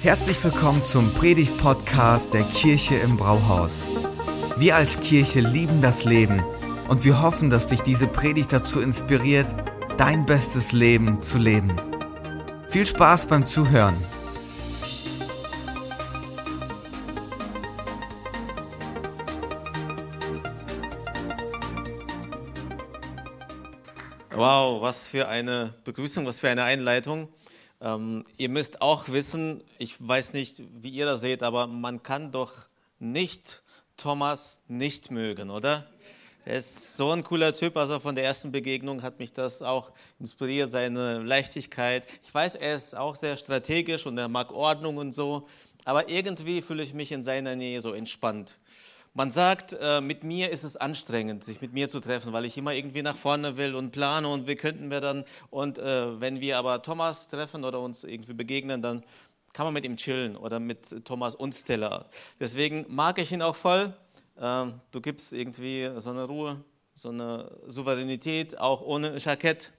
Herzlich willkommen zum Predigt-Podcast der Kirche im Brauhaus. Wir als Kirche lieben das Leben und wir hoffen, dass dich diese Predigt dazu inspiriert, dein bestes Leben zu leben. Viel Spaß beim Zuhören. Wow, was für eine Begrüßung, was für eine Einleitung. Ihr müsst auch wissen, ich weiß nicht, wie ihr das seht, aber man kann doch nicht Thomas nicht mögen, oder? Er ist so ein cooler Typ, also von der ersten Begegnung hat mich das auch inspiriert, seine Leichtigkeit. Ich weiß, er ist auch sehr strategisch und er mag Ordnung und so, aber irgendwie fühle ich mich in seiner Nähe so entspannt. Man sagt, mit mir ist es anstrengend, sich mit mir zu treffen, weil ich immer irgendwie nach vorne will und plane und wie könnten wir dann. Und wenn wir aber Thomas treffen oder uns irgendwie begegnen, dann kann man mit ihm chillen oder mit Thomas und Stella. Deswegen mag ich ihn auch voll. Du gibst irgendwie so eine Ruhe, so eine Souveränität, auch ohne Jackett.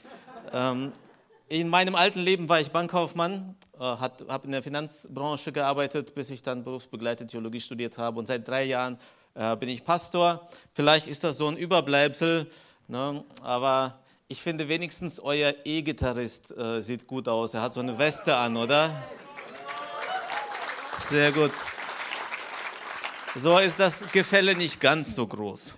In meinem alten Leben war ich Bankkaufmann, habe in der Finanzbranche gearbeitet, bis ich dann berufsbegleitet Theologie studiert habe. Und seit 3 Jahren bin ich Pastor. Vielleicht ist das so ein Überbleibsel, ne? Aber ich finde wenigstens euer E-Gitarrist sieht gut aus. Er hat so eine Weste an, oder? Sehr gut. So ist das Gefälle nicht ganz so groß.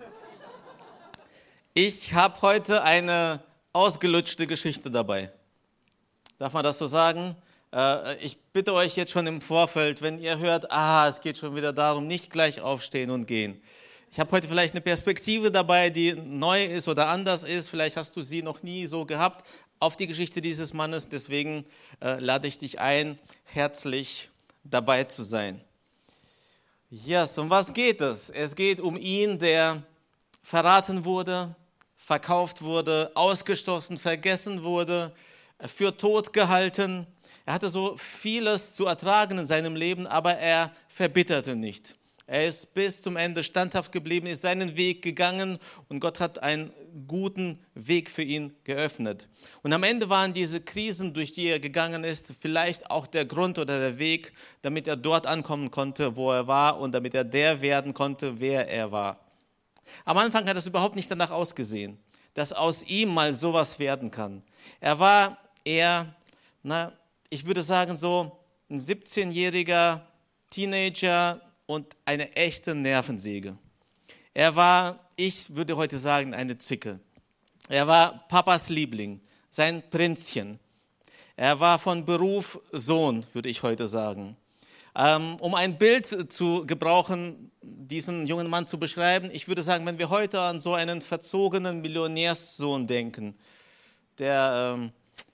Ich habe heute eine ausgelutschte Geschichte dabei. Darf man das so sagen? Ich bitte euch jetzt schon im Vorfeld, wenn ihr hört, es geht schon wieder darum, nicht gleich aufstehen und gehen. Ich habe heute vielleicht eine Perspektive dabei, die neu ist oder anders ist. Vielleicht hast du sie noch nie so gehabt auf die Geschichte dieses Mannes. Deswegen lade ich dich ein, herzlich dabei zu sein. Yes, um was geht es? Es geht um ihn, der verraten wurde, verkauft wurde, ausgestoßen, vergessen wurde, für tot gehalten. Er hatte so vieles zu ertragen in seinem Leben, aber er verbitterte nicht. Er ist bis zum Ende standhaft geblieben, ist seinen Weg gegangen und Gott hat einen guten Weg für ihn geöffnet. Und am Ende waren diese Krisen, durch die er gegangen ist, vielleicht auch der Grund oder der Weg, damit er dort ankommen konnte, wo er war und damit er der werden konnte, wer er war. Am Anfang hat es überhaupt nicht danach ausgesehen, dass aus ihm mal sowas werden kann. Er war eher, ich würde sagen so ein 17-jähriger Teenager und eine echte Nervensäge. Er war, ich würde heute sagen, eine Zicke. Er war Papas Liebling, sein Prinzchen. Er war von Beruf Sohn, würde ich heute sagen. Um ein Bild zu gebrauchen, diesen jungen Mann zu beschreiben, ich würde sagen, wenn wir heute an so einen verzogenen Millionärssohn denken, der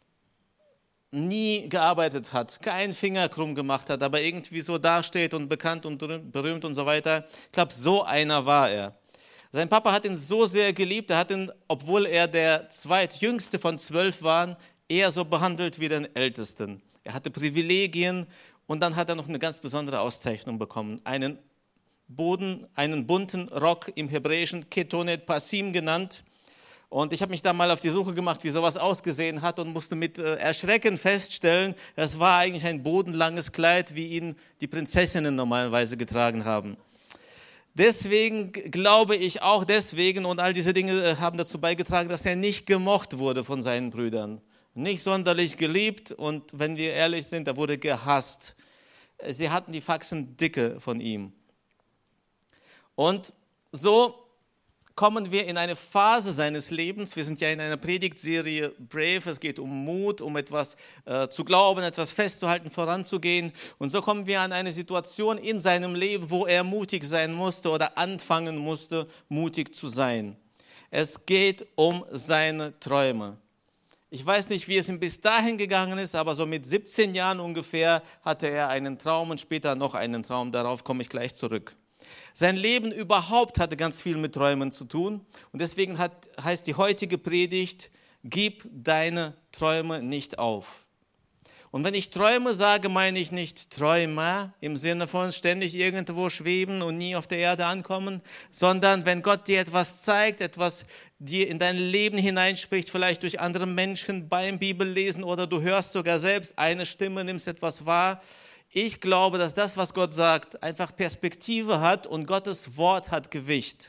nie gearbeitet hat, keinen Finger krumm gemacht hat, aber irgendwie so dasteht und bekannt und berühmt und so weiter. Ich glaube, so einer war er. Sein Papa hat ihn so sehr geliebt, er hat ihn, obwohl er der zweitjüngste von 12 war, eher so behandelt wie den Ältesten. Er hatte Privilegien und dann hat er noch eine ganz besondere Auszeichnung bekommen. Einen bunten Rock, im Hebräischen Ketonet Pasim genannt. Und ich habe mich da mal auf die Suche gemacht, wie sowas ausgesehen hat und musste mit Erschrecken feststellen, das war eigentlich ein bodenlanges Kleid, wie ihn die Prinzessinnen normalerweise getragen haben. Deswegen glaube ich auch und all diese Dinge haben dazu beigetragen, dass er nicht gemocht wurde von seinen Brüdern. Nicht sonderlich geliebt und wenn wir ehrlich sind, er wurde gehasst. Sie hatten die Faxen dicke von ihm. Und so kommen wir in eine Phase seines Lebens. Wir sind ja in einer Predigtserie Brave. Es geht um Mut, um etwas zu glauben, etwas festzuhalten, voranzugehen. Und so kommen wir an eine Situation in seinem Leben, wo er mutig sein musste oder anfangen musste, mutig zu sein. Es geht um seine Träume. Ich weiß nicht, wie es ihm bis dahin gegangen ist, aber so mit 17 Jahren ungefähr hatte er einen Traum und später noch einen Traum. Darauf komme ich gleich zurück. Sein Leben überhaupt hatte ganz viel mit Träumen zu tun und deswegen heißt die heutige Predigt, gib deine Träume nicht auf. Und wenn ich Träume sage, meine ich nicht Träumer im Sinne von ständig irgendwo schweben und nie auf der Erde ankommen, sondern wenn Gott dir etwas zeigt, etwas dir in dein Leben hineinspricht, vielleicht durch andere Menschen beim Bibellesen oder du hörst sogar selbst eine Stimme, nimmst etwas wahr. Ich glaube, dass das, was Gott sagt, einfach Perspektive hat und Gottes Wort hat Gewicht.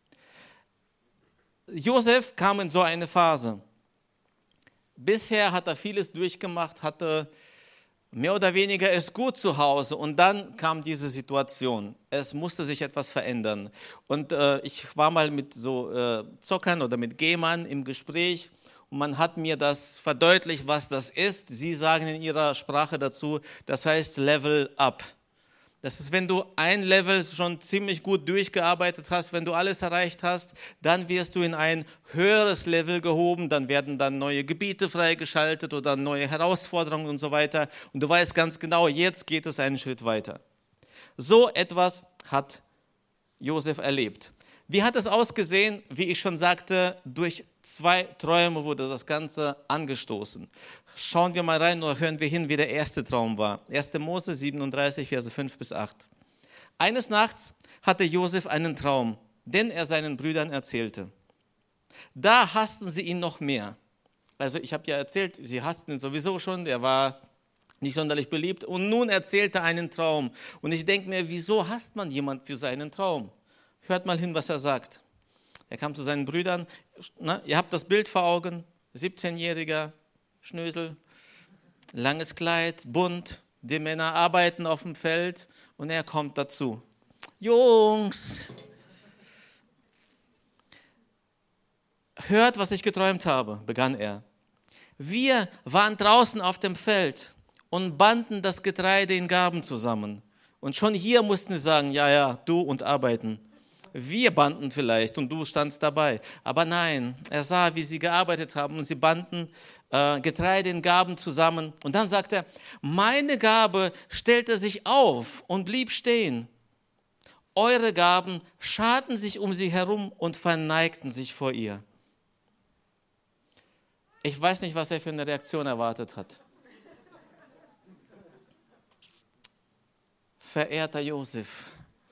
Josef kam in so eine Phase. Bisher hat er vieles durchgemacht, hatte mehr oder weniger es gut zu Hause und dann kam diese Situation. Es musste sich etwas verändern. Und ich war mal mit so Zockern oder mit Gehmann im Gespräch und man hat mir das verdeutlicht, was das ist. Sie sagen in ihrer Sprache dazu, das heißt Level Up. Das ist, wenn du ein Level schon ziemlich gut durchgearbeitet hast, wenn du alles erreicht hast, dann wirst du in ein höheres Level gehoben, dann werden dann neue Gebiete freigeschaltet oder neue Herausforderungen und so weiter. Und du weißt ganz genau, jetzt geht es einen Schritt weiter. So etwas hat Josef erlebt. Wie hat es ausgesehen? Wie ich schon sagte, durch 2 Träume wurde das Ganze angestoßen. Schauen wir mal rein oder hören wir hin, wie der erste Traum war. 1. Mose 37, Verse 5-8. Eines Nachts hatte Josef einen Traum, den er seinen Brüdern erzählte. Da hassten sie ihn noch mehr. Also ich habe ja erzählt, sie hassten ihn sowieso schon, der war nicht sonderlich beliebt. Und nun erzählte er einen Traum. Und ich denke mir, wieso hasst man jemanden für seinen Traum? Hört mal hin, was er sagt. Er kam zu seinen Brüdern, ihr habt das Bild vor Augen, 17-jähriger Schnösel, langes Kleid, bunt, die Männer arbeiten auf dem Feld und er kommt dazu. Jungs, hört, was ich geträumt habe, begann er. Wir waren draußen auf dem Feld und banden das Getreide in Garben zusammen. Und schon hier mussten sie sagen, ja, du und arbeiten. Wir banden vielleicht und du standst dabei. Aber nein, er sah, wie sie gearbeitet haben und sie banden Getreide in Garben zusammen. Und dann sagt er, meine Garbe stellte sich auf und blieb stehen. Eure Garben scharten sich um sie herum und verneigten sich vor ihr. Ich weiß nicht, was er für eine Reaktion erwartet hat. Verehrter Josef,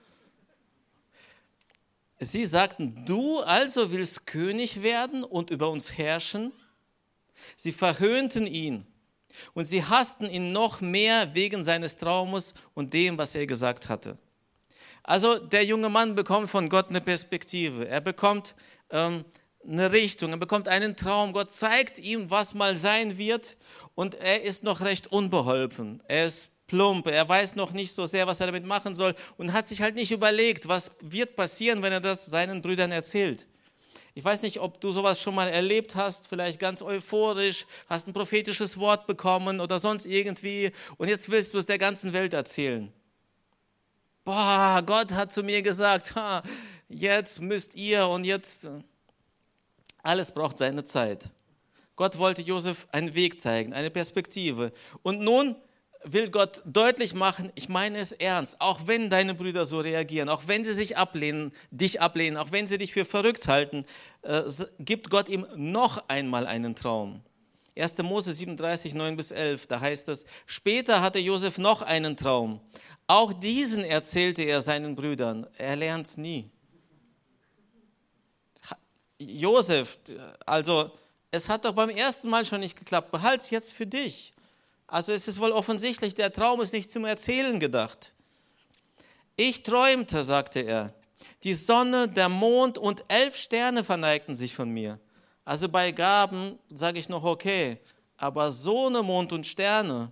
sie sagten, du also willst König werden und über uns herrschen? Sie verhöhnten ihn und sie hassten ihn noch mehr wegen seines Traumes und dem, was er gesagt hatte. Also der junge Mann bekommt von Gott eine Perspektive, er bekommt eine Richtung, er bekommt einen Traum. Gott zeigt ihm, was mal sein wird und er ist noch recht unbeholfen, er ist plump, er weiß noch nicht so sehr, was er damit machen soll und hat sich halt nicht überlegt, was wird passieren, wenn er das seinen Brüdern erzählt. Ich weiß nicht, ob du sowas schon mal erlebt hast, vielleicht ganz euphorisch, hast ein prophetisches Wort bekommen oder sonst irgendwie und jetzt willst du es der ganzen Welt erzählen. Boah, Gott hat zu mir gesagt, jetzt müsst ihr und jetzt, alles braucht seine Zeit. Gott wollte Josef einen Weg zeigen, eine Perspektive und nun will Gott deutlich machen, ich meine es ernst, auch wenn deine Brüder so reagieren, auch wenn sie dich ablehnen, auch wenn sie dich für verrückt halten, gibt Gott ihm noch einmal einen Traum. 1. Mose 37, 9-11, da heißt es, später hatte Josef noch einen Traum. Auch diesen erzählte er seinen Brüdern. Er lernt es nie. Josef, also es hat doch beim ersten Mal schon nicht geklappt, behalte es jetzt für dich. Also es ist wohl offensichtlich, der Traum ist nicht zum Erzählen gedacht. Ich träumte, sagte er, die Sonne, der Mond und 11 Sterne verneigten sich von mir. Also bei Gaben sage ich noch okay, aber Sonne, Mond und Sterne,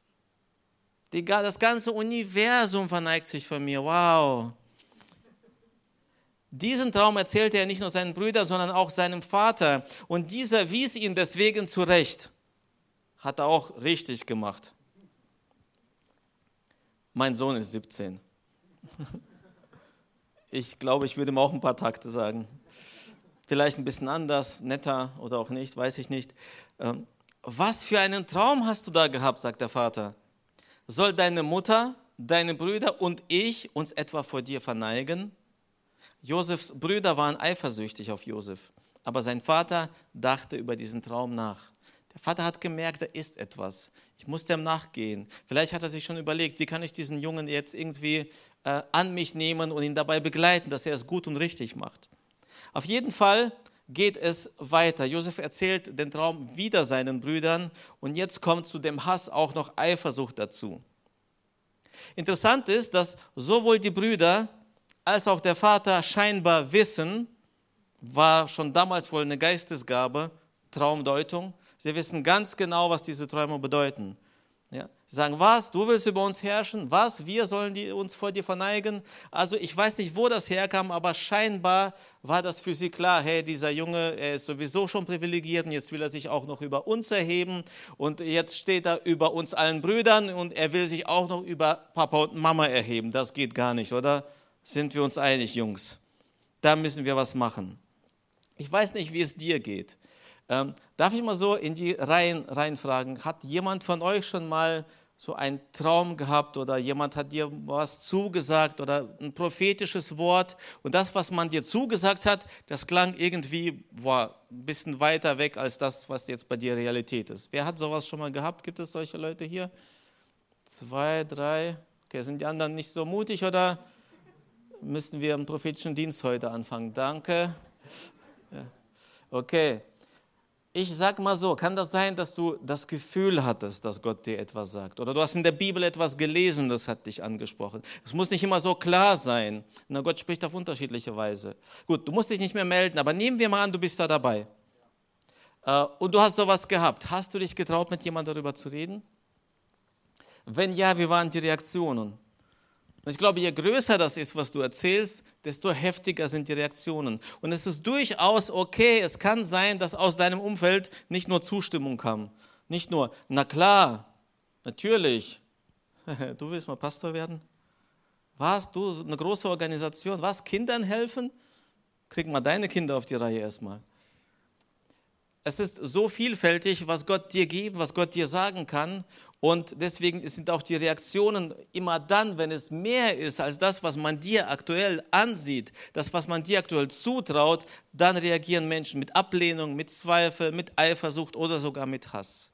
das ganze Universum verneigt sich von mir, wow. Diesen Traum erzählte er nicht nur seinen Brüdern, sondern auch seinem Vater und dieser wies ihn deswegen zurecht. Hat er auch richtig gemacht. Mein Sohn ist 17. Ich glaube, ich würde ihm auch ein paar Takte sagen. Vielleicht ein bisschen anders, netter oder auch nicht, weiß ich nicht. Was für einen Traum hast du da gehabt, sagt der Vater. Soll deine Mutter, deine Brüder und ich uns etwa vor dir verneigen? Josefs Brüder waren eifersüchtig auf Josef, aber sein Vater dachte über diesen Traum nach. Der Vater hat gemerkt, da ist etwas. Ich muss dem nachgehen. Vielleicht hat er sich schon überlegt, wie kann ich diesen Jungen jetzt irgendwie an mich nehmen und ihn dabei begleiten, dass er es gut und richtig macht. Auf jeden Fall geht es weiter. Josef erzählt den Traum wieder seinen Brüdern und jetzt kommt zu dem Hass auch noch Eifersucht dazu. Interessant ist, dass sowohl die Brüder als auch der Vater scheinbar wissen, war schon damals wohl eine Geistesgabe, Traumdeutung. Sie wissen ganz genau, was diese Träume bedeuten. Ja, sie sagen, was, du willst über uns herrschen? Was, wir sollen uns vor dir verneigen? Also ich weiß nicht, wo das herkam, aber scheinbar war das für sie klar, hey, dieser Junge, er ist sowieso schon privilegiert und jetzt will er sich auch noch über uns erheben und jetzt steht er über uns allen Brüdern und er will sich auch noch über Papa und Mama erheben. Das geht gar nicht, oder? Sind wir uns einig, Jungs? Da müssen wir was machen. Ich weiß nicht, wie es dir geht. Darf ich mal so in die Reihen reinfragen, hat jemand von euch schon mal so einen Traum gehabt oder jemand hat dir was zugesagt oder ein prophetisches Wort und das, was man dir zugesagt hat, das klang irgendwie ein bisschen weiter weg als das, was jetzt bei dir Realität ist. Wer hat sowas schon mal gehabt? Gibt es solche Leute hier? 2, 3, okay, sind die anderen nicht so mutig oder müssen wir im prophetischen Dienst heute anfangen? Danke. Ja. Okay. Ich sage mal so, kann das sein, dass du das Gefühl hattest, dass Gott dir etwas sagt? Oder du hast in der Bibel etwas gelesen und das hat dich angesprochen. Es muss nicht immer so klar sein. Na, Gott spricht auf unterschiedliche Weise. Gut, du musst dich nicht mehr melden, aber nehmen wir mal an, du bist da dabei. Und du hast sowas gehabt. Hast du dich getraut, mit jemandem darüber zu reden? Wenn ja, wie waren die Reaktionen? Und ich glaube, je größer das ist, was du erzählst, desto heftiger sind die Reaktionen. Und es ist durchaus okay, es kann sein, dass aus deinem Umfeld nicht nur Zustimmung kam. Nicht nur, na klar, natürlich, du willst mal Pastor werden? Was, du, eine große Organisation, was, Kindern helfen? Krieg mal deine Kinder auf die Reihe erstmal. Es ist so vielfältig, was Gott dir gibt, was Gott dir sagen kann. Und deswegen sind auch die Reaktionen immer dann, wenn es mehr ist als das, was man dir aktuell ansieht, das, was man dir aktuell zutraut, dann reagieren Menschen mit Ablehnung, mit Zweifel, mit Eifersucht oder sogar mit Hass.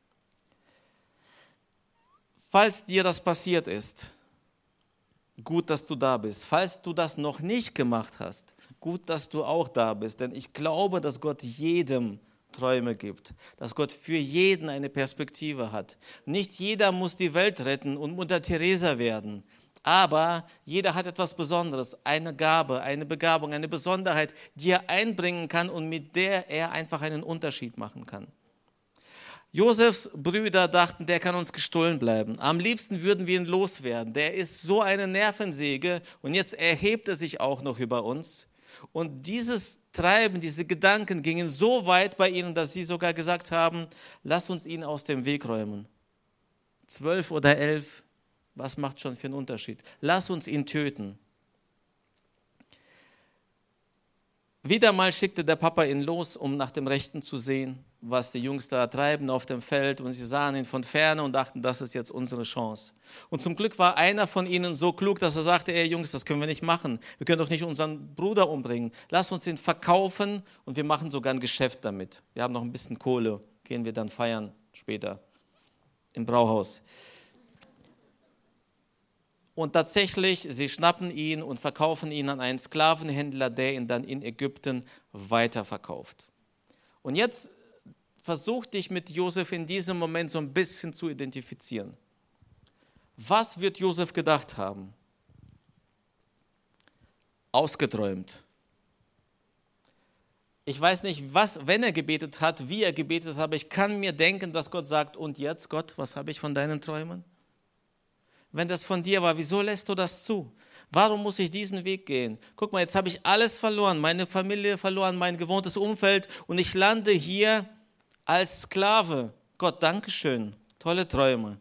Falls dir das passiert ist, gut, dass du da bist. Falls du das noch nicht gemacht hast, gut, dass du auch da bist. Denn ich glaube, dass Gott jedem Träume gibt, dass Gott für jeden eine Perspektive hat. Nicht jeder muss die Welt retten und Mutter Teresa werden, aber jeder hat etwas Besonderes, eine Gabe, eine Begabung, eine Besonderheit, die er einbringen kann und mit der er einfach einen Unterschied machen kann. Josefs Brüder dachten, der kann uns gestohlen bleiben. Am liebsten würden wir ihn loswerden. Der ist so eine Nervensäge und jetzt erhebt er sich auch noch über uns. Und dieses Treiben, diese Gedanken gingen so weit bei ihnen, dass sie sogar gesagt haben, lass uns ihn aus dem Weg räumen. 12 oder 11, was macht schon für einen Unterschied? Lass uns ihn töten. Wieder mal schickte der Papa ihn los, um nach dem Rechten zu sehen, was die Jungs da treiben auf dem Feld. Und sie sahen ihn von ferne und dachten, das ist jetzt unsere Chance. Und zum Glück war einer von ihnen so klug, dass er sagte, ey Jungs, das können wir nicht machen. Wir können doch nicht unseren Bruder umbringen. Lass uns den verkaufen und wir machen sogar ein Geschäft damit. Wir haben noch ein bisschen Kohle, gehen wir dann feiern später im Brauhaus. Und tatsächlich, sie schnappen ihn und verkaufen ihn an einen Sklavenhändler, der ihn dann in Ägypten weiterverkauft. Und jetzt versuch dich mit Josef in diesem Moment so ein bisschen zu identifizieren. Was wird Josef gedacht haben? Ausgeträumt. Ich weiß nicht, wenn er gebetet hat, wie er gebetet hat, aber ich kann mir denken, dass Gott sagt, und jetzt Gott, was habe ich von deinen Träumen? Wenn das von dir war, wieso lässt du das zu? Warum muss ich diesen Weg gehen? Guck mal, jetzt habe ich alles verloren, meine Familie verloren, mein gewohntes Umfeld und ich lande hier als Sklave. Gott, Dankeschön, tolle Träume.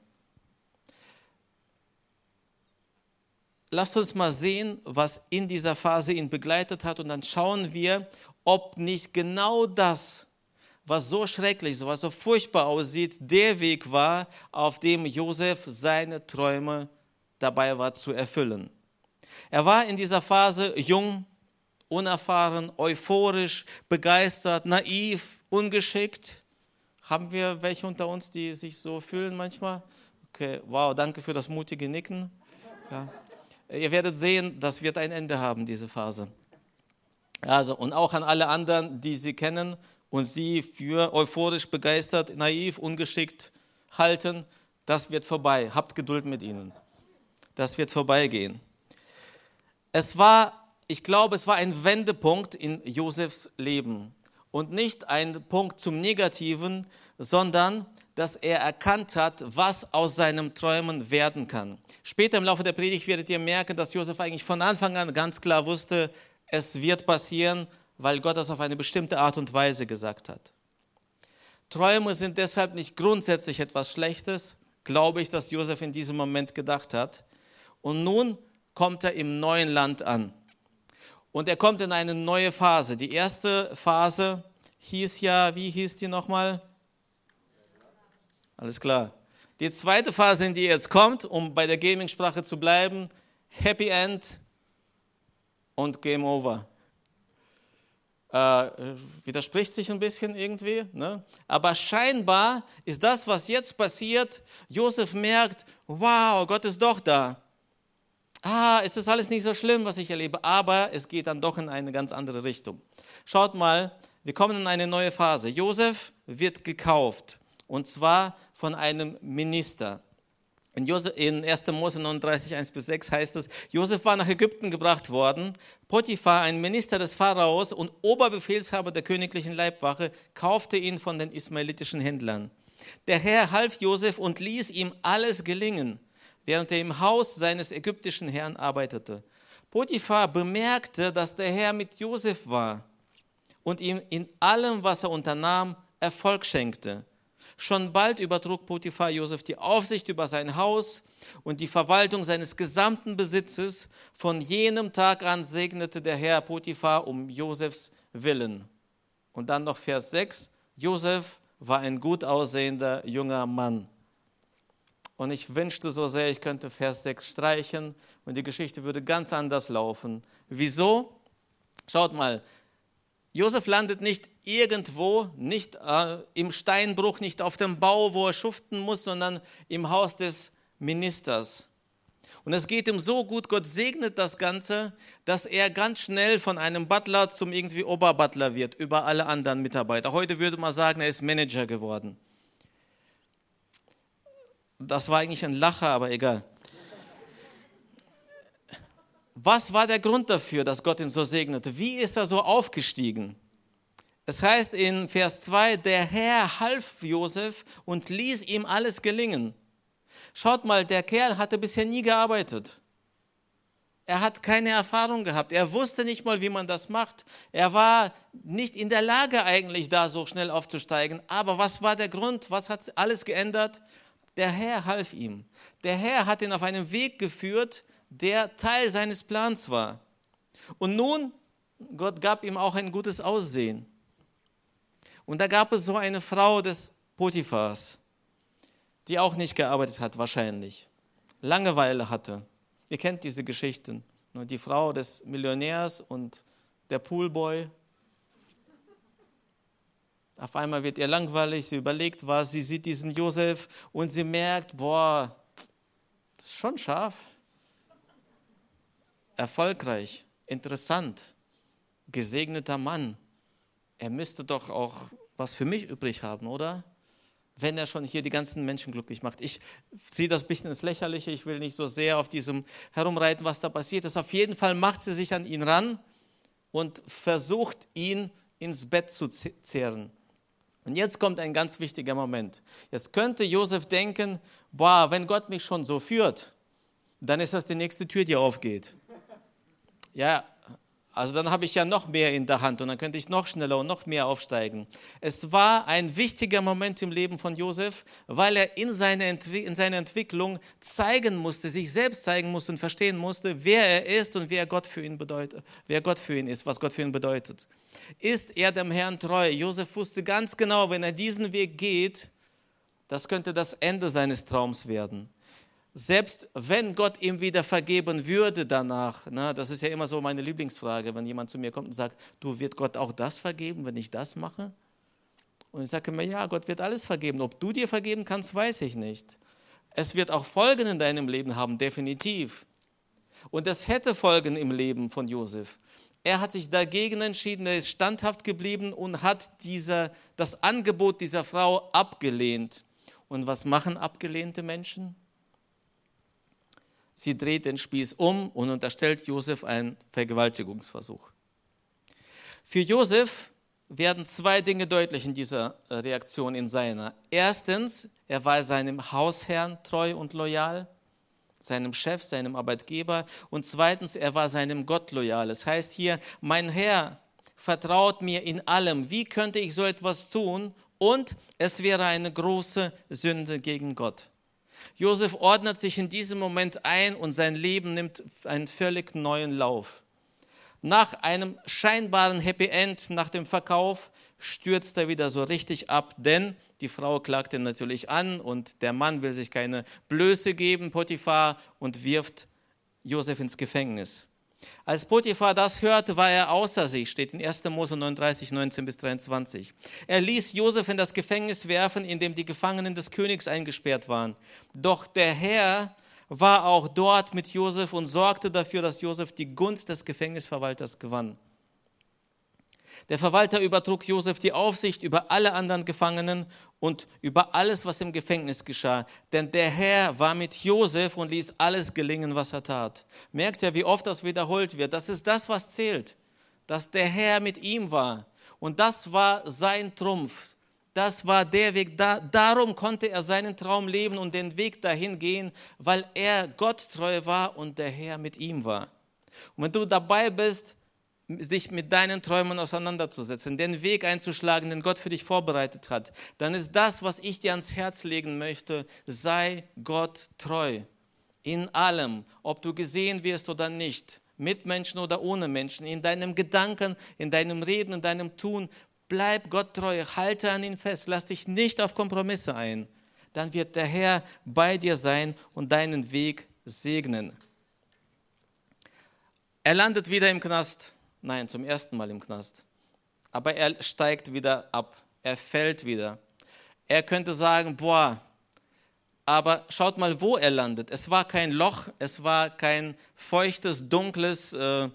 Lasst uns mal sehen, was in dieser Phase ihn begleitet hat und dann schauen wir, ob nicht genau das, was so schrecklich, was so furchtbar aussieht, der Weg war, auf dem Josef seine Träume dabei war zu erfüllen. Er war in dieser Phase jung, unerfahren, euphorisch, begeistert, naiv, ungeschickt. Haben wir welche unter uns, die sich so fühlen manchmal? Okay, wow, danke für das mutige Nicken. Ja. Ihr werdet sehen, das wird ein Ende haben, diese Phase. Also, und auch an alle anderen, die sie kennen und sie für euphorisch, begeistert, naiv, ungeschickt halten, das wird vorbei. Habt Geduld mit ihnen. Das wird vorbeigehen. Ich glaube, es war ein Wendepunkt in Josefs Leben. Und nicht ein Punkt zum Negativen, sondern dass er erkannt hat, was aus seinem Träumen werden kann. Später im Laufe der Predigt werdet ihr merken, dass Josef eigentlich von Anfang an ganz klar wusste, es wird passieren, weil Gott das auf eine bestimmte Art und Weise gesagt hat. Träume sind deshalb nicht grundsätzlich etwas Schlechtes, glaube ich, dass Josef in diesem Moment gedacht hat. Und nun kommt er im neuen Land an. Und er kommt in eine neue Phase. Die erste Phase hieß ja, wie hieß die nochmal? Alles klar. Die zweite Phase, in die er jetzt kommt, um bei der Gaming-Sprache zu bleiben, Happy End und Game Over. Widerspricht sich ein bisschen irgendwie, ne? Aber scheinbar ist das, was jetzt passiert, Josef merkt, wow, Gott ist doch da. Es ist alles nicht so schlimm, was ich erlebe, aber es geht dann doch in eine ganz andere Richtung. Schaut mal, wir kommen in eine neue Phase. Josef wird gekauft, und zwar von einem Minister. In 1. Mose 39, 1-6 heißt es, Josef war nach Ägypten gebracht worden. Potiphar, ein Minister des Pharaos und Oberbefehlshaber der königlichen Leibwache, kaufte ihn von den ismaelitischen Händlern. Der Herr half Josef und ließ ihm alles gelingen, während er im Haus seines ägyptischen Herrn arbeitete. Potiphar bemerkte, dass der Herr mit Josef war und ihm in allem, was er unternahm, Erfolg schenkte. Schon bald übertrug Potiphar Josef die Aufsicht über sein Haus und die Verwaltung seines gesamten Besitzes. Von jenem Tag an segnete der Herr Potiphar um Josefs Willen. Und dann noch Vers 6. Josef war ein gut aussehender junger Mann. Und ich wünschte so sehr, ich könnte Vers 6 streichen und die Geschichte würde ganz anders laufen. Wieso? Schaut mal, Josef landet nicht irgendwo, nicht im Steinbruch, nicht auf dem Bau, wo er schuften muss, sondern im Haus des Ministers. Und es geht ihm so gut, Gott segnet das Ganze, dass er ganz schnell von einem Butler zum irgendwie Oberbutler wird, über alle anderen Mitarbeiter. Heute würde man sagen, er ist Manager geworden. Das war eigentlich ein Lacher, aber egal. Was war der Grund dafür, dass Gott ihn so segnete? Wie ist er so aufgestiegen? Es heißt in Vers 2, der Herr half Josef und ließ ihm alles gelingen. Schaut mal, der Kerl hatte bisher nie gearbeitet. Er hat keine Erfahrung gehabt. Er wusste nicht mal, wie man das macht. Er war nicht in der Lage eigentlich da so schnell aufzusteigen. Aber was war der Grund? Was hat alles geändert? Der Herr half ihm. Der Herr hat ihn auf einen Weg geführt, der Teil seines Plans war. Und nun, Gott gab ihm auch ein gutes Aussehen. Und da gab es so eine Frau des Potiphars, die auch nicht gearbeitet hat wahrscheinlich, Langeweile hatte. Ihr kennt diese Geschichten. Die Frau des Millionärs und der Poolboy. Auf einmal wird ihr langweilig, sie überlegt was, sie sieht diesen Josef und sie merkt, boah, das ist schon scharf. Erfolgreich, interessant, gesegneter Mann. Er müsste doch auch was für mich übrig haben, oder? Wenn er schon hier die ganzen Menschen glücklich macht. Ich sehe das ein bisschen ins Lächerliche, ich will nicht so sehr auf diesem herumreiten, was da passiert ist. Auf jeden Fall macht sie sich an ihn ran und versucht, ihn ins Bett zu zehren. Und jetzt kommt ein ganz wichtiger Moment. Jetzt könnte Josef denken, boah, wenn Gott mich schon so führt, dann ist das die nächste Tür, die aufgeht. Ja, also dann habe ich ja noch mehr in der Hand und dann könnte ich noch schneller und noch mehr aufsteigen. Es war ein wichtiger Moment im Leben von Josef, weil er in seiner Entwicklung zeigen musste, sich selbst zeigen musste und verstehen musste, wer er ist und wer Gott für ihn ist, was Gott für ihn bedeutet. Ist er dem Herrn treu? Josef wusste ganz genau, wenn er diesen Weg geht, das könnte das Ende seines Traums werden. Selbst wenn Gott ihm wieder vergeben würde danach, das ist ja immer so meine Lieblingsfrage, wenn jemand zu mir kommt und sagt, du, wird Gott auch das vergeben, wenn ich das mache? Und ich sage mir, ja, Gott wird alles vergeben. Ob du dir vergeben kannst, weiß ich nicht. Es wird auch Folgen in deinem Leben haben, definitiv. Und es hätte Folgen im Leben von Josef. Er hat sich dagegen entschieden, er ist standhaft geblieben und hat das Angebot dieser Frau abgelehnt. Und was machen abgelehnte Menschen? Sie dreht den Spieß um und unterstellt Josef einen Vergewaltigungsversuch. Für Josef werden zwei Dinge deutlich in dieser Reaktion in seiner. Erstens, er war seinem Hausherrn treu und loyal, seinem Chef, seinem Arbeitgeber. Und zweitens, er war seinem Gott loyal. Es heißt hier, mein Herr vertraut mir in allem. Wie könnte ich so etwas tun? Und es wäre eine große Sünde gegen Gott. Josef ordnet sich in diesem Moment ein und sein Leben nimmt einen völlig neuen Lauf. Nach einem scheinbaren Happy End, nach dem Verkauf, stürzt er wieder so richtig ab, denn die Frau klagt ihn natürlich an und der Mann will sich keine Blöße geben, Potiphar, und wirft Josef ins Gefängnis. Als Potiphar das hörte, war er außer sich, steht in 1. Mose 39, 19-23. Er ließ Josef in das Gefängnis werfen, in dem die Gefangenen des Königs eingesperrt waren. Doch der Herr war auch dort mit Josef und sorgte dafür, dass Josef die Gunst des Gefängnisverwalters gewann. Der Verwalter übertrug Josef die Aufsicht über alle anderen Gefangenen und über alles, was im Gefängnis geschah. Denn der Herr war mit Josef und ließ alles gelingen, was er tat. Merkt ihr, wie oft das wiederholt wird? Das ist das, was zählt. Dass der Herr mit ihm war. Und das war sein Trumpf. Das war der Weg. Darum konnte er seinen Traum leben und den Weg dahin gehen, weil er Gott treu war und der Herr mit ihm war. Und wenn du dabei bist, sich mit deinen Träumen auseinanderzusetzen, den Weg einzuschlagen, den Gott für dich vorbereitet hat, dann ist das, was ich dir ans Herz legen möchte, sei Gott treu. In allem, ob du gesehen wirst oder nicht, mit Menschen oder ohne Menschen, in deinem Gedanken, in deinem Reden, in deinem Tun, bleib Gott treu, halte an ihn fest, lass dich nicht auf Kompromisse ein. Dann wird der Herr bei dir sein und deinen Weg segnen. Er landet wieder im Knast. Nein, zum ersten Mal im Knast. Aber er steigt wieder ab. Er fällt wieder. Er könnte sagen, aber schaut mal, wo er landet. Es war kein Loch, es war kein feuchtes, dunkles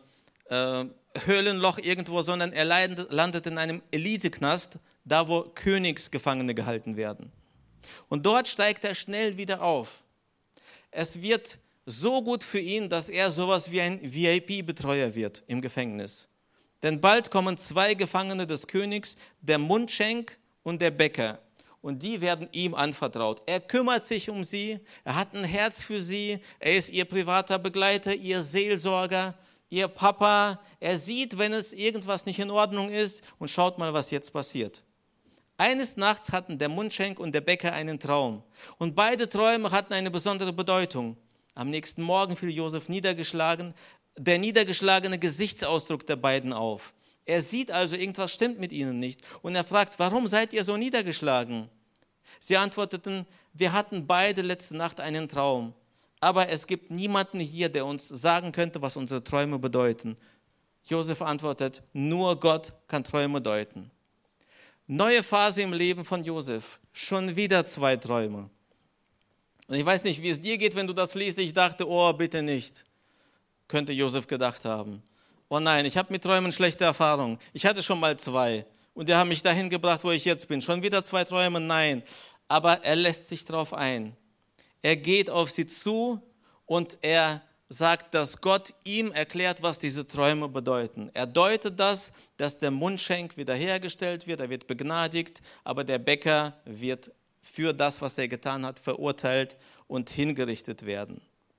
Höhlenloch irgendwo, sondern er landet in einem Eliteknast, da wo Königsgefangene gehalten werden. Und dort steigt er schnell wieder auf. Es wird so gut für ihn, dass er sowas wie ein VIP-Betreuer wird im Gefängnis. Denn bald kommen zwei Gefangene des Königs, der Mundschenk und der Bäcker. Und die werden ihm anvertraut. Er kümmert sich um sie, er hat ein Herz für sie, er ist ihr privater Begleiter, ihr Seelsorger, ihr Papa. Er sieht, wenn es irgendwas nicht in Ordnung ist und schaut mal, was jetzt passiert. Eines Nachts hatten der Mundschenk und der Bäcker einen Traum. Und beide Träume hatten eine besondere Bedeutung. Am nächsten Morgen fiel Josef der niedergeschlagene Gesichtsausdruck der beiden auf. Er sieht also, irgendwas stimmt mit ihnen nicht. Und er fragt, warum seid ihr so niedergeschlagen? Sie antworteten, wir hatten beide letzte Nacht einen Traum. Aber es gibt niemanden hier, der uns sagen könnte, was unsere Träume bedeuten. Josef antwortet, nur Gott kann Träume deuten. Neue Phase im Leben von Josef. Schon wieder zwei Träume. Und ich weiß nicht, wie es dir geht, wenn du das liest. Ich dachte, bitte nicht, könnte Josef gedacht haben. Oh nein, ich habe mit Träumen schlechte Erfahrungen. Ich hatte schon mal zwei und die haben mich dahin gebracht, wo ich jetzt bin. Schon wieder zwei Träume? Nein. Aber er lässt sich drauf ein. Er geht auf sie zu und er sagt, dass Gott ihm erklärt, was diese Träume bedeuten. Er deutet das, dass der Mundschenk wiederhergestellt wird, er wird begnadigt, aber der Bäcker wird für das, was er getan hat, verurteilt und hingerichtet werden.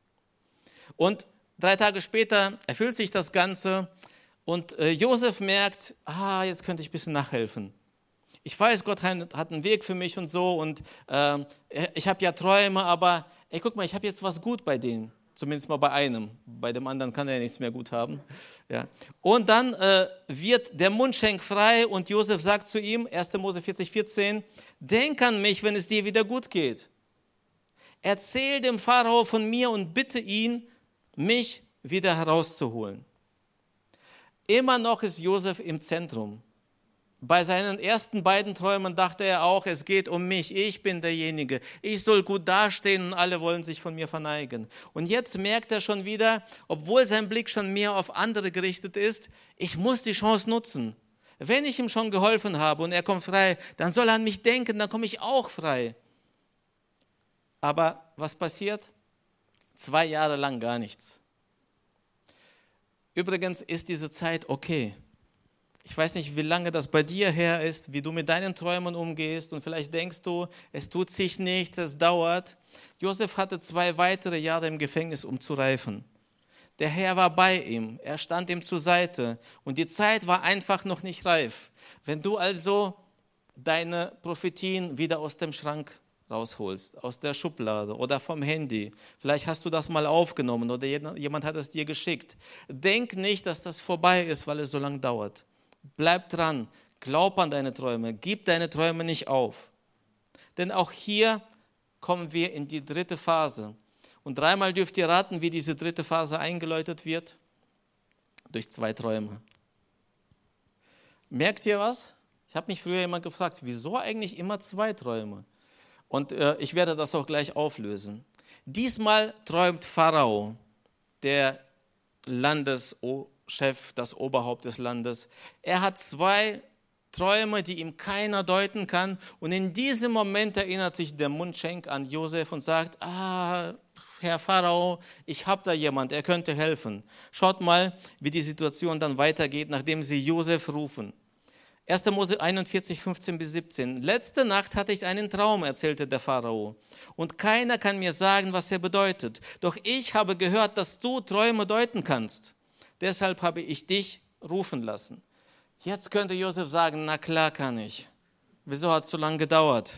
Und 3 Tage später erfüllt sich das Ganze und Josef merkt, jetzt könnte ich ein bisschen nachhelfen. Ich weiß, Gott hat einen Weg für mich und so und ich habe ja Träume, aber guck mal, ich habe jetzt was gut bei denen. Zumindest mal bei einem. Bei dem anderen kann er ja nichts mehr gut haben. Ja. Und dann wird der Mundschenk frei und Josef sagt zu ihm, 1. Mose 40,14, denk an mich, wenn es dir wieder gut geht. Erzähl dem Pharao von mir und bitte ihn, mich wieder herauszuholen. Immer noch ist Josef im Zentrum. Bei seinen ersten beiden Träumen dachte er auch, es geht um mich, ich bin derjenige, ich soll gut dastehen und alle wollen sich von mir verneigen. Und jetzt merkt er schon wieder, obwohl sein Blick schon mehr auf andere gerichtet ist, ich muss die Chance nutzen. Wenn ich ihm schon geholfen habe und er kommt frei, dann soll er an mich denken, dann komme ich auch frei. Aber was passiert? 2 Jahre lang gar nichts. Übrigens ist diese Zeit okay. Ich weiß nicht, wie lange das bei dir her ist, wie du mit deinen Träumen umgehst und vielleicht denkst du, es tut sich nichts, es dauert. Josef hatte 2 weitere Jahre im Gefängnis, um zu reifen. Der Herr war bei ihm, er stand ihm zur Seite und die Zeit war einfach noch nicht reif. Wenn du also deine Prophetien wieder aus dem Schrank rausholst, aus der Schublade oder vom Handy, vielleicht hast du das mal aufgenommen oder jemand hat es dir geschickt, denk nicht, dass das vorbei ist, weil es so lange dauert. Bleib dran, glaub an deine Träume, gib deine Träume nicht auf. Denn auch hier kommen wir in die 3. Phase. Und 3-mal dürft ihr raten, wie diese 3. Phase eingeläutet wird? Durch 2 Träume. Merkt ihr was? Ich habe mich früher immer gefragt, wieso eigentlich immer 2 Träume? Und ich werde das auch gleich auflösen. Diesmal träumt Pharao, der Landeschef, das Oberhaupt des Landes. Er hat 2 Träume, die ihm keiner deuten kann. Und in diesem Moment erinnert sich der Mundschenk an Josef und sagt, Herr Pharao, ich habe da jemand, er könnte helfen. Schaut mal, wie die Situation dann weitergeht, nachdem sie Josef rufen. 1. Mose 41, 15 bis 17. Letzte Nacht hatte ich einen Traum, erzählte der Pharao. Und keiner kann mir sagen, was er bedeutet. Doch ich habe gehört, dass du Träume deuten kannst. Deshalb habe ich dich rufen lassen. Jetzt könnte Josef sagen, na klar kann ich. Wieso hat es so lange gedauert?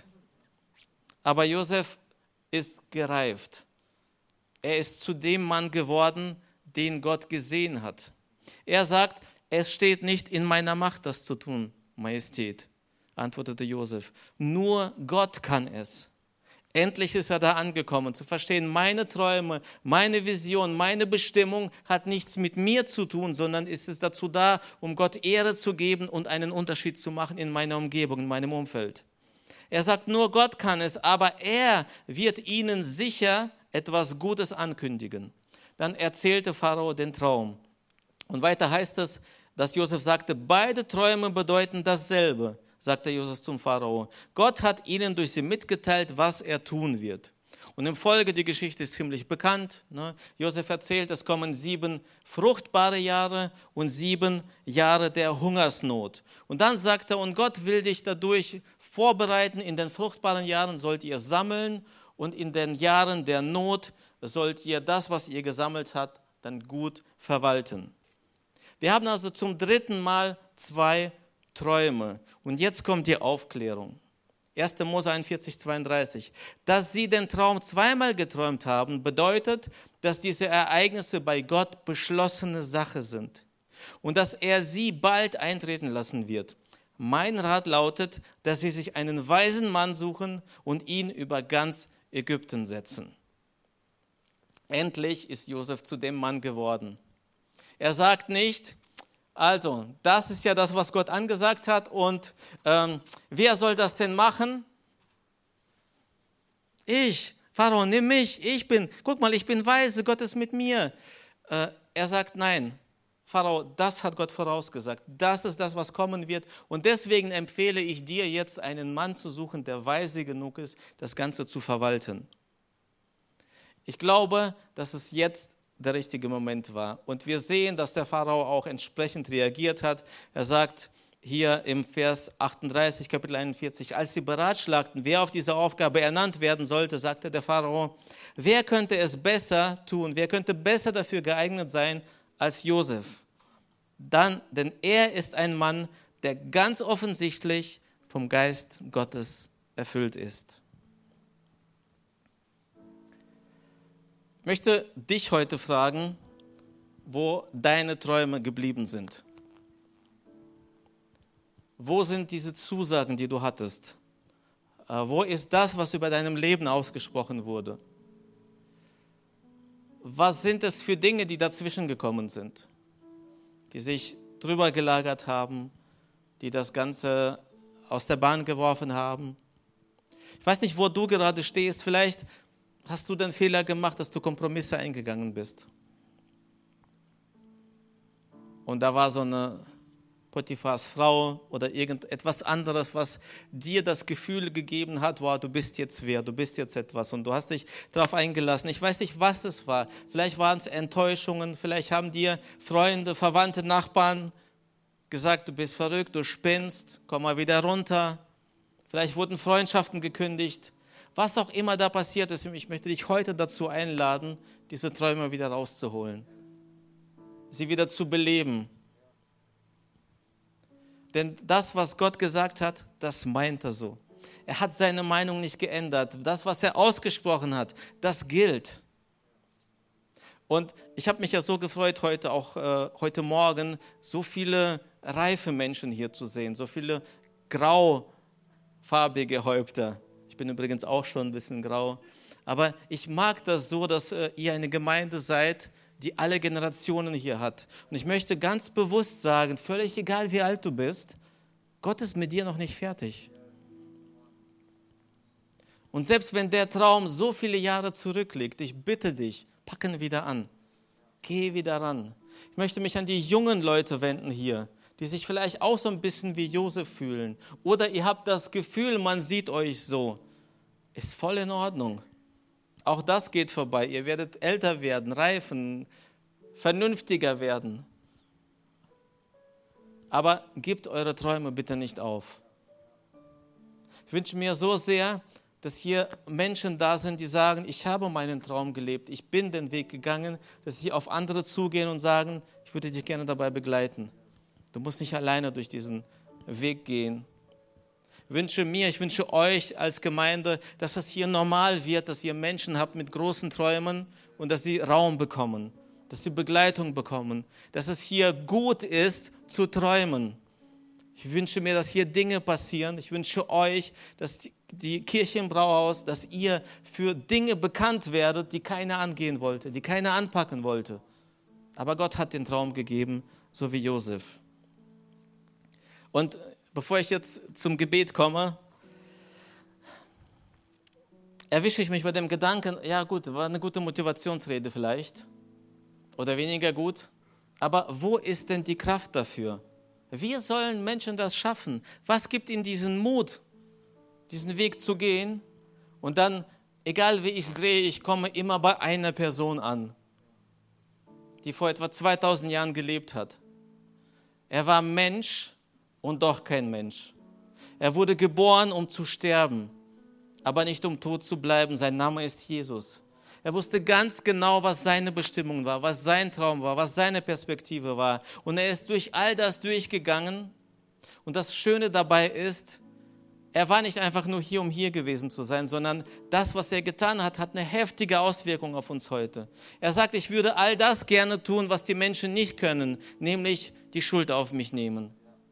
Aber Josef ist gereift. Er ist zu dem Mann geworden, den Gott gesehen hat. Er sagt, es steht nicht in meiner Macht, das zu tun, Majestät, antwortete Josef. Nur Gott kann es. Endlich ist er da angekommen, zu verstehen, meine Träume, meine Vision, meine Bestimmung hat nichts mit mir zu tun, sondern ist es dazu da, um Gott Ehre zu geben und einen Unterschied zu machen in meiner Umgebung, in meinem Umfeld. Er sagt, nur Gott kann es, aber er wird ihnen sicher etwas Gutes ankündigen. Dann erzählte Pharao den Traum. Und weiter heißt es, dass Josef sagte, beide Träume bedeuten dasselbe, sagte Josef zum Pharao. Gott hat ihnen durch sie mitgeteilt, was er tun wird. Und im Folge, die Geschichte ist ziemlich bekannt. Josef erzählt, es kommen 7 fruchtbare Jahre und 7 Jahre der Hungersnot. Und dann sagt er, und Gott will dich dadurch vorbereiten, in den fruchtbaren Jahren sollt ihr sammeln und in den Jahren der Not sollt ihr das, was ihr gesammelt habt, dann gut verwalten. Wir haben also zum 3. Mal 2 Träume. Und jetzt kommt die Aufklärung. 1. Mose 41, 32. Dass sie den Traum 2-mal geträumt haben, bedeutet, dass diese Ereignisse bei Gott beschlossene Sache sind und dass er sie bald eintreten lassen wird. Mein Rat lautet, dass sie sich einen weisen Mann suchen und ihn über ganz Ägypten setzen. Endlich ist Josef zu dem Mann geworden. Er sagt nicht, also, das ist ja das, was Gott angesagt hat und wer soll das denn machen? Ich, Pharao, nimm mich, guck mal, ich bin weise, Gott ist mit mir. Er sagt, nein, Pharao, das hat Gott vorausgesagt, das ist das, was kommen wird und deswegen empfehle ich dir jetzt einen Mann zu suchen, der weise genug ist, das Ganze zu verwalten. Ich glaube, dass es jetzt der richtige Moment war. Und wir sehen, dass der Pharao auch entsprechend reagiert hat. Er sagt hier im Vers 38, Kapitel 41, als sie beratschlagten, wer auf diese Aufgabe ernannt werden sollte, sagte der Pharao, wer könnte es besser tun, wer könnte besser dafür geeignet sein als Josef? Denn er ist ein Mann, der ganz offensichtlich vom Geist Gottes erfüllt ist. Ich möchte dich heute fragen, wo deine Träume geblieben sind. Wo sind diese Zusagen, die du hattest? Wo ist das, was über deinem Leben ausgesprochen wurde? Was sind es für Dinge, die dazwischen gekommen sind, die sich drüber gelagert haben, die das Ganze aus der Bahn geworfen haben? Ich weiß nicht, wo du gerade stehst. Vielleicht hast du den Fehler gemacht, dass du Kompromisse eingegangen bist. Und da war so eine Potiphars Frau oder irgendetwas anderes, was dir das Gefühl gegeben hat, wow, du bist jetzt wer, du bist jetzt etwas und du hast dich darauf eingelassen. Ich weiß nicht, was es war. Vielleicht waren es Enttäuschungen, vielleicht haben dir Freunde, Verwandte, Nachbarn gesagt, du bist verrückt, du spinnst, komm mal wieder runter. Vielleicht wurden Freundschaften gekündigt. Was auch immer da passiert ist, ich möchte dich heute dazu einladen, diese Träume wieder rauszuholen, sie wieder zu beleben. Denn das, was Gott gesagt hat, das meint er so. Er hat seine Meinung nicht geändert. Das, was er ausgesprochen hat, das gilt. Und ich habe mich ja so gefreut, heute Morgen so viele reife Menschen hier zu sehen, so viele graufarbige Häupter. Ich bin übrigens auch schon ein bisschen grau. Aber ich mag das so, dass ihr eine Gemeinde seid, die alle Generationen hier hat. Und ich möchte ganz bewusst sagen, völlig egal wie alt du bist, Gott ist mit dir noch nicht fertig. Und selbst wenn der Traum so viele Jahre zurückliegt, ich bitte dich, pack ihn wieder an. Geh wieder ran. Ich möchte mich an die jungen Leute wenden hier, die sich vielleicht auch so ein bisschen wie Josef fühlen. Oder ihr habt das Gefühl, man sieht euch so. Ist voll in Ordnung. Auch das geht vorbei. Ihr werdet älter werden, reifen, vernünftiger werden. Aber gebt eure Träume bitte nicht auf. Ich wünsche mir so sehr, dass hier Menschen da sind, die sagen, ich habe meinen Traum gelebt, ich bin den Weg gegangen, dass sie auf andere zugehen und sagen, ich würde dich gerne dabei begleiten. Du musst nicht alleine durch diesen Weg gehen. Ich wünsche euch als Gemeinde, dass das hier normal wird, dass ihr Menschen habt mit großen Träumen und dass sie Raum bekommen, dass sie Begleitung bekommen, dass es hier gut ist zu träumen. Ich wünsche mir, dass hier Dinge passieren. Ich wünsche euch, dass die Kirche im Brauhaus, dass ihr für Dinge bekannt werdet, die keiner angehen wollte, die keiner anpacken wollte. Aber Gott hat den Traum gegeben, so wie Josef. Und bevor ich jetzt zum Gebet komme, erwische ich mich bei dem Gedanken, ja gut, war eine gute Motivationsrede vielleicht oder weniger gut, aber wo ist denn die Kraft dafür? Wie sollen Menschen das schaffen? Was gibt ihnen diesen Mut, diesen Weg zu gehen? Und dann, egal wie ich es drehe, ich komme immer bei einer Person an, die vor etwa 2000 Jahren gelebt hat. Er war Mensch und doch kein Mensch. Er wurde geboren, um zu sterben, aber nicht um tot zu bleiben. Sein Name ist Jesus. Er wusste ganz genau, was seine Bestimmung war, was sein Traum war, was seine Perspektive war. Und er ist durch all das durchgegangen. Und das Schöne dabei ist, er war nicht einfach nur hier, um hier gewesen zu sein, sondern das, was er getan hat, hat eine heftige Auswirkung auf uns heute. Er sagt, ich würde all das gerne tun, was die Menschen nicht können, nämlich die Schuld auf mich nehmen.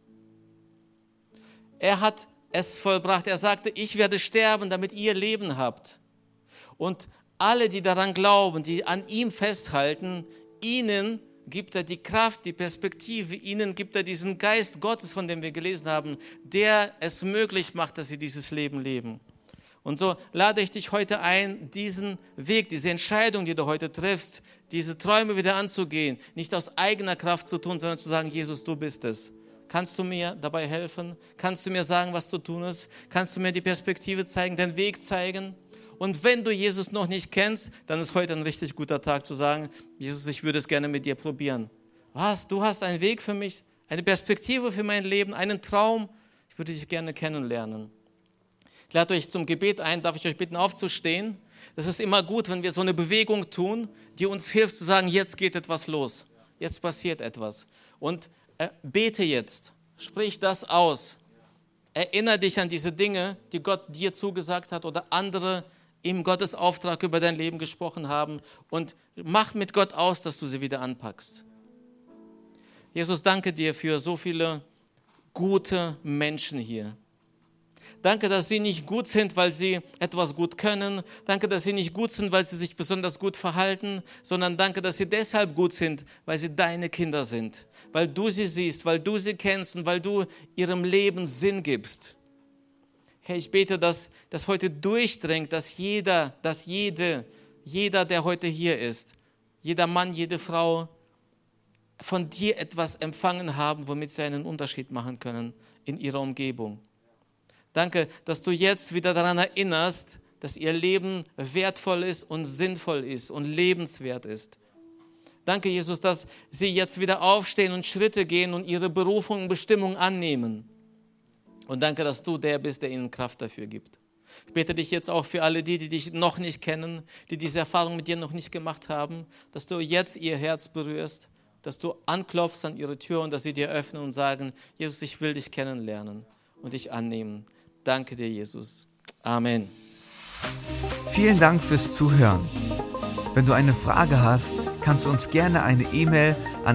Er hat es vollbracht. Er sagte, ich werde sterben, damit ihr Leben habt. Und alle, die daran glauben, die an ihm festhalten, ihnen gibt er die Kraft, die Perspektive, ihnen gibt er diesen Geist Gottes, von dem wir gelesen haben, der es möglich macht, dass sie dieses Leben leben. Und so lade ich dich heute ein, diesen Weg, diese Entscheidung, die du heute triffst, diese Träume wieder anzugehen, nicht aus eigener Kraft zu tun, sondern zu sagen, Jesus, du bist es. Kannst du mir dabei helfen? Kannst du mir sagen, was zu tun ist? Kannst du mir die Perspektive zeigen, den Weg zeigen? Und wenn du Jesus noch nicht kennst, dann ist heute ein richtig guter Tag zu sagen, Jesus, ich würde es gerne mit dir probieren. Was? Du hast einen Weg für mich, eine Perspektive für mein Leben, einen Traum? Ich würde dich gerne kennenlernen. Ich lade euch zum Gebet ein, darf ich euch bitten aufzustehen? Das ist immer gut, wenn wir so eine Bewegung tun, die uns hilft zu sagen, jetzt geht etwas los, jetzt passiert etwas. Und bete jetzt, sprich das aus. Erinnere dich an diese Dinge, die Gott dir zugesagt hat oder andere im Gottes Auftrag über dein Leben gesprochen haben und mach mit Gott aus, dass du sie wieder anpackst. Jesus, danke dir für so viele gute Menschen hier. Danke, dass sie nicht gut sind, weil sie etwas gut können. Danke, dass sie nicht gut sind, weil sie sich besonders gut verhalten, sondern danke, dass sie deshalb gut sind, weil sie deine Kinder sind. Weil du sie siehst, weil du sie kennst und weil du ihrem Leben Sinn gibst. Herr, ich bete, dass das heute durchdringt, dass jeder, der heute hier ist, jeder Mann, jede Frau, von dir etwas empfangen haben, womit sie einen Unterschied machen können in ihrer Umgebung. Danke, dass du jetzt wieder daran erinnerst, dass ihr Leben wertvoll ist und sinnvoll ist und lebenswert ist. Danke, Jesus, dass sie jetzt wieder aufstehen und Schritte gehen und ihre Berufung und Bestimmung annehmen. Und danke, dass du der bist, der ihnen Kraft dafür gibt. Ich bete dich jetzt auch für alle die dich noch nicht kennen, die diese Erfahrung mit dir noch nicht gemacht haben, dass du jetzt ihr Herz berührst, dass du anklopfst an ihre Tür und dass sie dir öffnen und sagen, Jesus, ich will dich kennenlernen und dich annehmen. Danke dir, Jesus. Amen. Vielen Dank fürs Zuhören. Wenn du eine Frage hast, kannst du uns gerne eine E-Mail an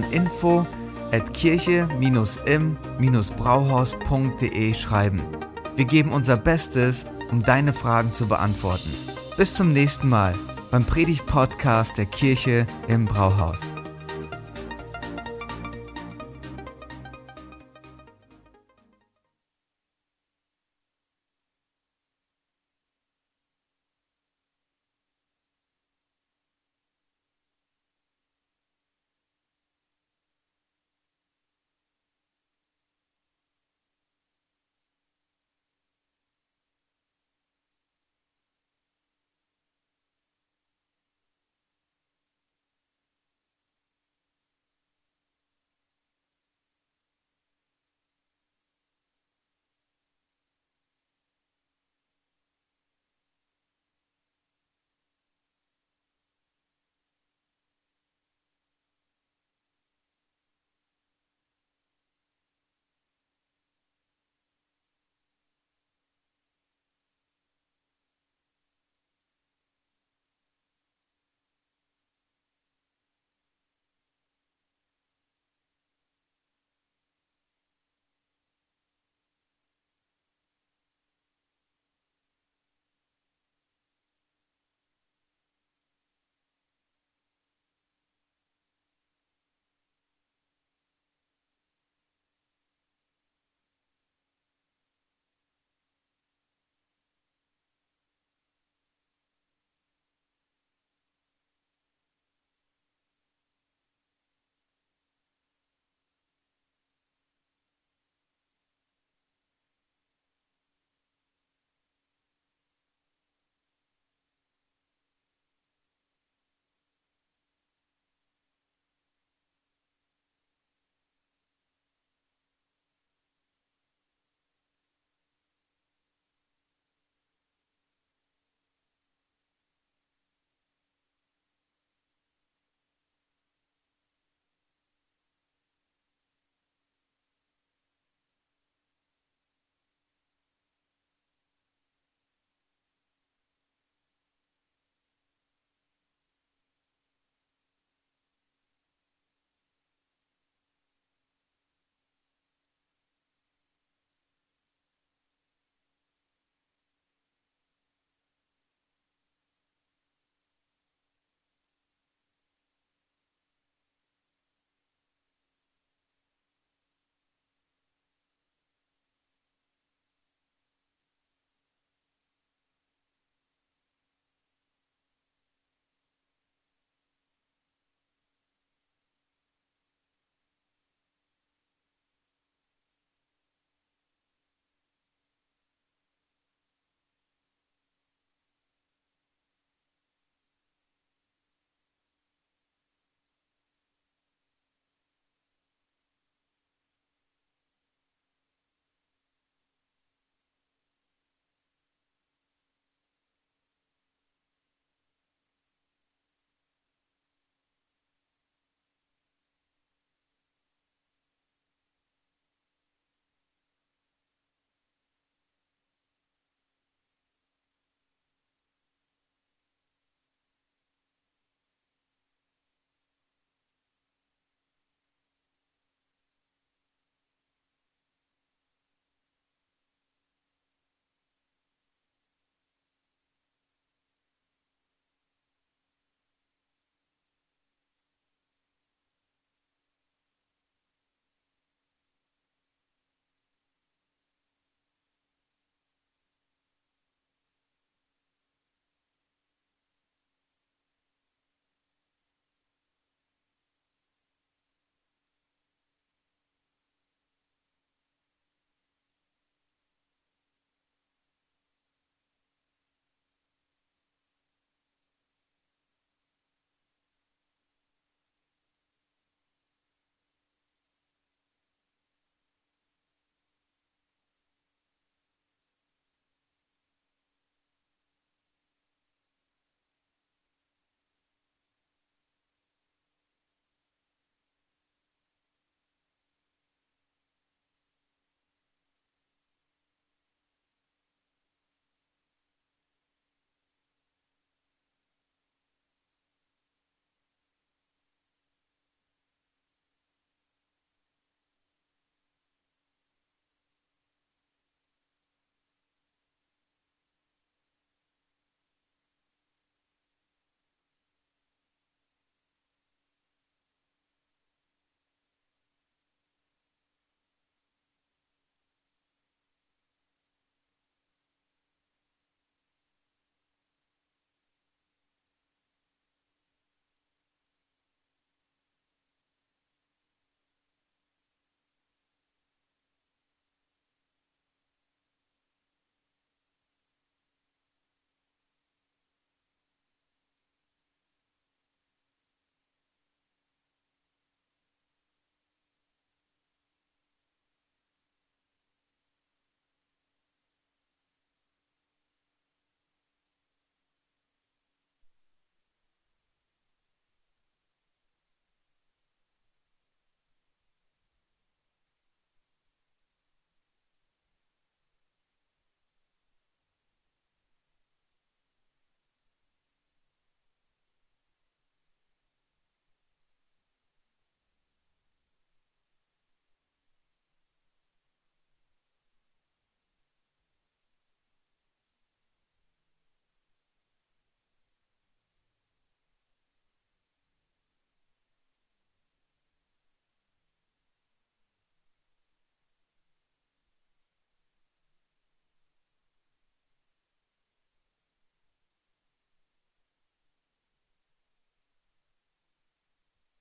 info@kirche-im-brauhaus.de schreiben. Wir geben unser Bestes, um deine Fragen zu beantworten. Bis zum nächsten Mal beim Predigt-Podcast der Kirche im Brauhaus.